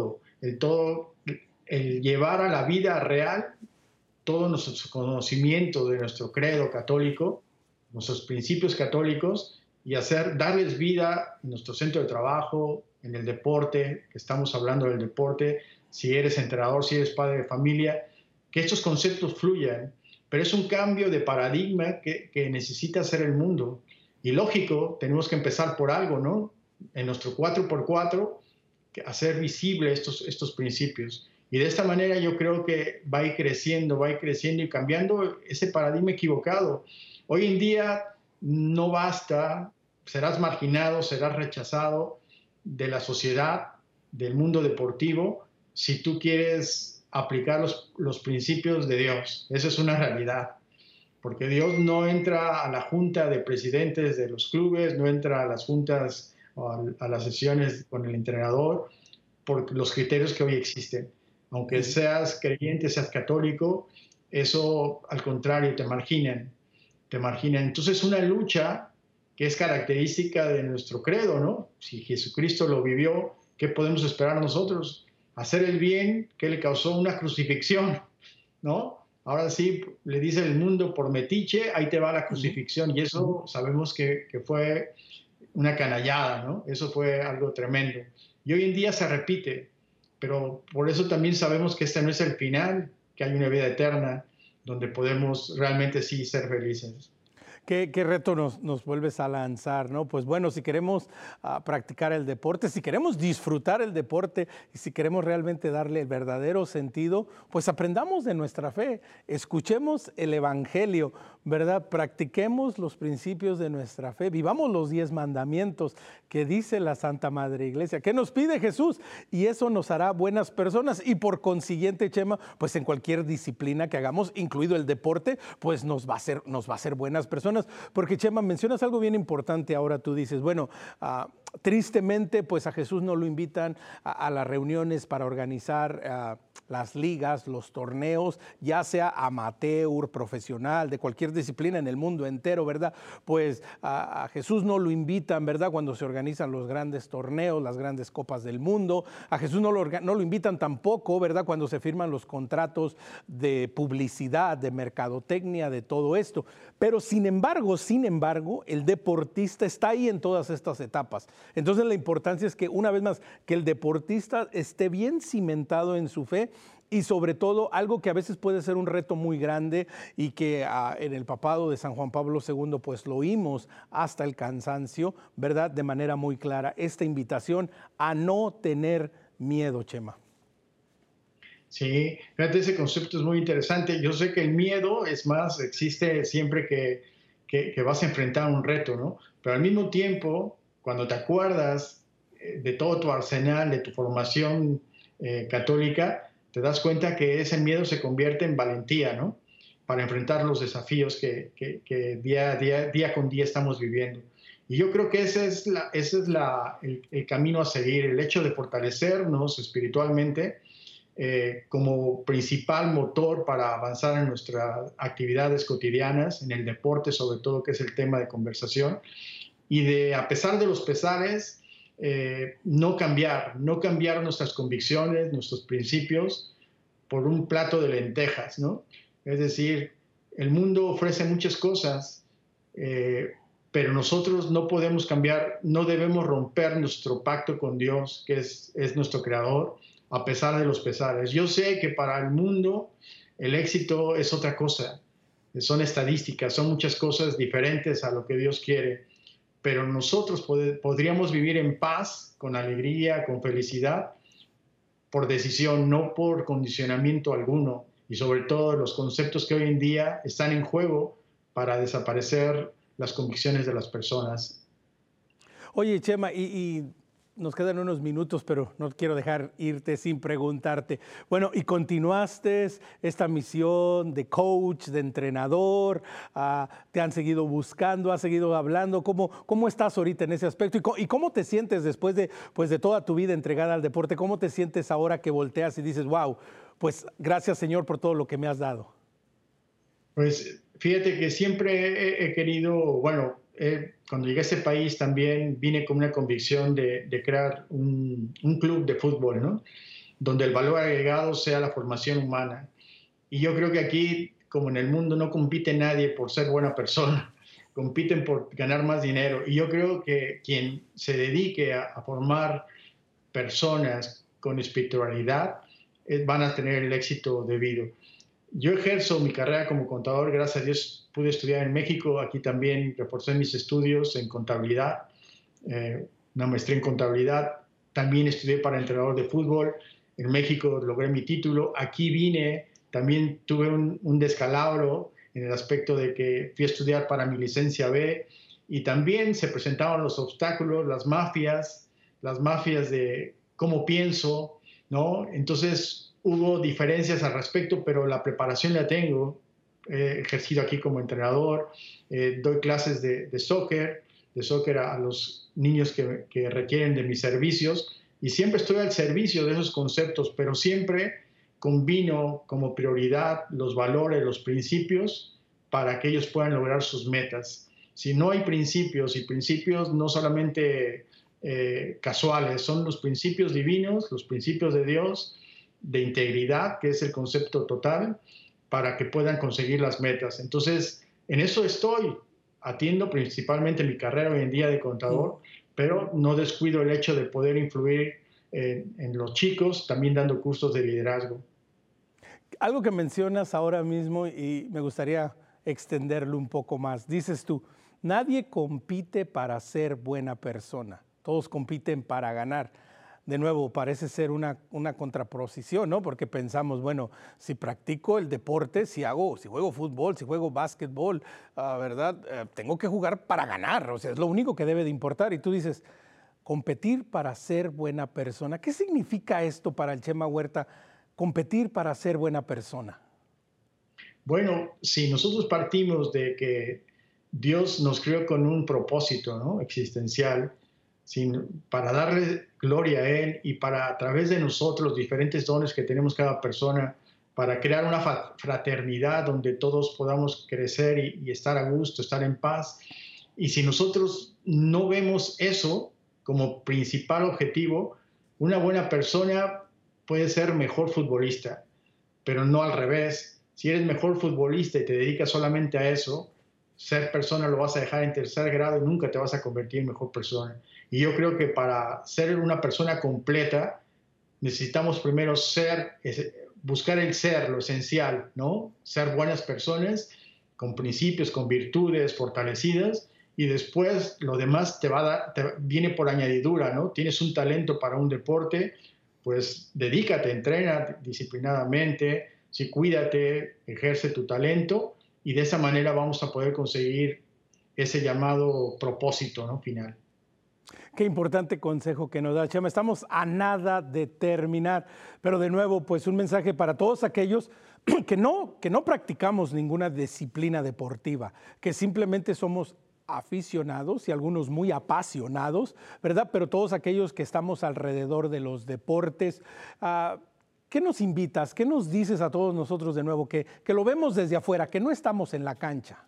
el todo, el llevar a la vida real todo nuestro conocimiento de nuestro credo católico, nuestros principios católicos, y darles vida en nuestro centro de trabajo, en el deporte, que estamos hablando del deporte, si eres entrenador, si eres padre de familia, que estos conceptos fluyan, pero es un cambio de paradigma que necesita hacer el mundo. Y lógico, tenemos que empezar por algo, ¿no? En nuestro 4x4, hacer visible estos principios. Y de esta manera yo creo que va a ir creciendo y cambiando ese paradigma equivocado. Hoy en día no basta, serás marginado, serás rechazado de la sociedad, del mundo deportivo, si tú quieres aplicar los principios de Dios. Esa es una realidad. Porque Dios no entra a la junta de presidentes de los clubes, no entra a las juntas o a las sesiones con el entrenador por los criterios que hoy existen. Aunque seas creyente, seas católico, eso al contrario te marginan, te marginan. Entonces una lucha que es característica de nuestro credo, ¿no? Si Jesucristo lo vivió, ¿qué podemos esperar nosotros? Hacer el bien que le causó una crucifixión, ¿no? Ahora sí, le dice el mundo por metiche, ahí te va la crucifixión. Y eso sabemos que fue una canallada, ¿no? Eso fue algo tremendo. Y hoy en día se repite, pero por eso también sabemos que este no es el final, que hay una vida eterna donde podemos realmente sí ser felices. ¿Qué reto nos vuelves a lanzar, ¿no? Pues bueno, si queremos practicar el deporte, si queremos disfrutar el deporte y si queremos realmente darle el verdadero sentido, pues aprendamos de nuestra fe, escuchemos el Evangelio, ¿verdad? Practiquemos los principios de nuestra fe, vivamos los 10 mandamientos que dice la Santa Madre Iglesia, que nos pide Jesús, y eso nos hará buenas personas y por consiguiente, Chema, pues en cualquier disciplina que hagamos, incluido el deporte, pues nos va a hacer buenas personas. Porque, Chema, mencionas algo bien importante ahora. Tú dices, bueno, tristemente, pues a Jesús no lo invitan a las reuniones para organizar las ligas, los torneos, ya sea amateur, profesional, de cualquier disciplina en el mundo entero, ¿verdad? Pues a Jesús no lo invitan, ¿verdad? Cuando se organizan los grandes torneos, las grandes copas del mundo. A Jesús no lo invitan tampoco, ¿verdad? Cuando se firman los contratos de publicidad, de mercadotecnia, de todo esto. Pero sin embargo, el deportista está ahí en todas estas etapas. Entonces la importancia es que, una vez más, que el deportista esté bien cimentado en su fe y sobre todo algo que a veces puede ser un reto muy grande y que en el papado de San Juan Pablo II pues lo oímos hasta el cansancio, ¿verdad? De manera muy clara, esta invitación a no tener miedo, Chema. Sí, fíjate, ese concepto es muy interesante. Yo sé que el miedo existe siempre que vas a enfrentar un reto, ¿no? Pero al mismo tiempo, cuando te acuerdas de todo tu arsenal, de tu formación católica, te das cuenta que ese miedo se convierte en valentía, ¿no? Para enfrentar los desafíos que día con día estamos viviendo. Y yo creo que ese es el camino a seguir, el hecho de fortalecernos espiritualmente como principal motor para avanzar en nuestras actividades cotidianas, en el deporte sobre todo, que es el tema de conversación, y a pesar de los pesares, no cambiar nuestras convicciones, nuestros principios por un plato de lentejas, ¿no? Es decir, el mundo ofrece muchas cosas, pero nosotros no podemos cambiar, no debemos romper nuestro pacto con Dios, que es nuestro creador, a pesar de los pesares. Yo sé que para el mundo el éxito es otra cosa, son estadísticas, son muchas cosas diferentes a lo que Dios quiere, pero nosotros podríamos vivir en paz, con alegría, con felicidad, por decisión, no por condicionamiento alguno, y sobre todo los conceptos que hoy en día están en juego para desaparecer las convicciones de las personas. Oye, Chema, y nos quedan unos minutos, pero no quiero dejar irte sin preguntarte. Bueno, y continuaste esta misión de coach, de entrenador, te han seguido buscando, has seguido hablando. ¿Cómo estás ahorita en ese aspecto? ¿Y cómo te sientes después de, pues, de toda tu vida entregada al deporte? ¿Cómo te sientes ahora que volteas y dices, wow, pues gracias Señor por todo lo que me has dado? Pues fíjate que siempre he querido, bueno, cuando llegué a ese país también vine con una convicción de crear un club de fútbol, ¿no? Donde el valor agregado sea la formación humana. Y yo creo que aquí, como en el mundo, no compite nadie por ser buena persona, compiten por ganar más dinero. Y yo creo que quien se dedique a formar personas con espiritualidad van a tener el éxito debido. Yo ejerzo mi carrera como contador, gracias a Dios pude estudiar en México, aquí también reforcé mis estudios en contabilidad, una maestría en contabilidad, también estudié para entrenador de fútbol, en México logré mi título, aquí vine, también tuve un descalabro en el aspecto de que fui a estudiar para mi licencia B y también se presentaban los obstáculos, las mafias de cómo pienso, ¿no? Entonces hubo diferencias al respecto, pero la preparación la tengo. He ejercido aquí como entrenador, doy clases de soccer a los niños que requieren de mis servicios y siempre estoy al servicio de esos conceptos, pero siempre combino como prioridad los valores, los principios para que ellos puedan lograr sus metas. Si no hay principios, y principios no solamente casuales, son los principios divinos, los principios de Dios, de integridad, que es el concepto total, para que puedan conseguir las metas. Entonces, en eso estoy, atiendo principalmente mi carrera hoy en día de contador, pero no descuido el hecho de poder influir en los chicos, también dando cursos de liderazgo. Algo que mencionas ahora mismo y me gustaría extenderlo un poco más. Dices tú, nadie compite para ser buena persona, todos compiten para ganar. De nuevo, parece ser una contraposición, ¿no? Porque pensamos, bueno, si practico el deporte, si juego fútbol, si juego básquetbol, ¿verdad? Tengo que jugar para ganar, o sea, es lo único que debe de importar. Y tú dices, competir para ser buena persona. ¿Qué significa esto para el Chema Huerta, competir para ser buena persona? Bueno, si nosotros partimos de que Dios nos creó con un propósito, ¿no? Existencial, para darle gloria a Él y para a través de nosotros los diferentes dones que tenemos cada persona, para crear una fraternidad donde todos podamos crecer y estar a gusto, estar en paz. Y si nosotros no vemos eso como principal objetivo, una buena persona puede ser mejor futbolista, pero no al revés. Si eres mejor futbolista y te dedicas solamente a eso, ser persona lo vas a dejar en tercer grado y nunca te vas a convertir en mejor persona. Y yo creo que para ser una persona completa necesitamos primero buscar el ser, lo esencial, ¿no? Ser buenas personas con principios, con virtudes fortalecidas y después lo demás viene por añadidura, ¿no? Tienes un talento para un deporte, pues dedícate, entrena disciplinadamente, sí, cuídate, ejerce tu talento y de esa manera vamos a poder conseguir ese llamado propósito, ¿no? Final. Qué importante consejo que nos da Chema. Estamos a nada de terminar, pero de nuevo, pues un mensaje para todos aquellos que no practicamos ninguna disciplina deportiva, que simplemente somos aficionados y algunos muy apasionados, ¿verdad? Pero todos aquellos que estamos alrededor de los deportes, ¿qué nos invitas? ¿Qué nos dices a todos nosotros de nuevo? Que lo vemos desde afuera, que no estamos en la cancha.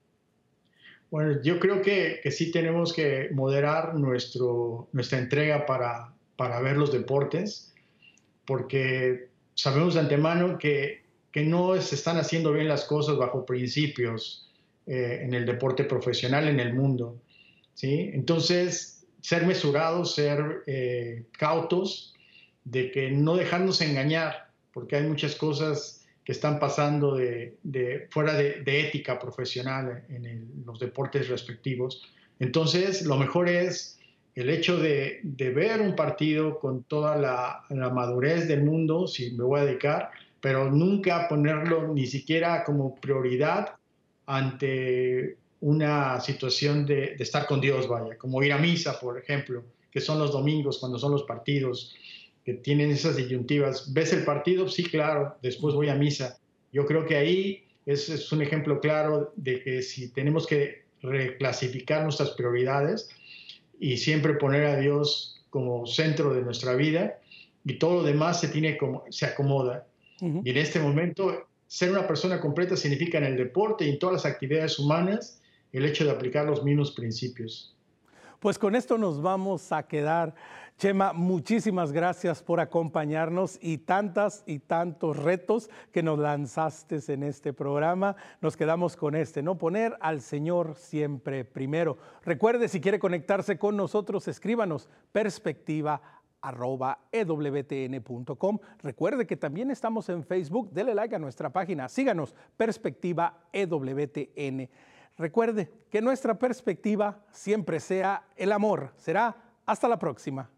Bueno, yo creo que sí tenemos que moderar nuestra entrega para ver los deportes, porque sabemos de antemano que no se están haciendo bien las cosas bajo principios en el deporte profesional en el mundo, ¿sí? Entonces, ser mesurados, ser cautos, de que no dejarnos engañar, porque hay muchas cosas que están pasando fuera de ética profesional en los deportes respectivos. Entonces, lo mejor es el hecho de ver un partido con toda la madurez del mundo, si me voy a dedicar, pero nunca ponerlo ni siquiera como prioridad ante una situación de estar con Dios, vaya, como ir a misa, por ejemplo, que son los domingos, cuando son los partidos, que tienen esas disyuntivas. ¿Ves el partido? Sí, claro, después voy a misa. Yo creo que ahí es un ejemplo claro de que si tenemos que reclasificar nuestras prioridades y siempre poner a Dios como centro de nuestra vida, y todo lo demás se acomoda. Y en este momento, ser una persona completa significa en el deporte y en todas las actividades humanas el hecho de aplicar los mismos principios. Pues con esto nos vamos a quedar. Chema, muchísimas gracias por acompañarnos y tantos retos que nos lanzaste en este programa. Nos quedamos con ¿no? Poner al Señor siempre primero. Recuerde, si quiere conectarse con nosotros, escríbanos perspectiva@ewtn.com. Recuerde que también estamos en Facebook. Dele like a nuestra página. Síganos, Perspectiva EWTN. Recuerde que nuestra perspectiva siempre sea el amor. Será hasta la próxima.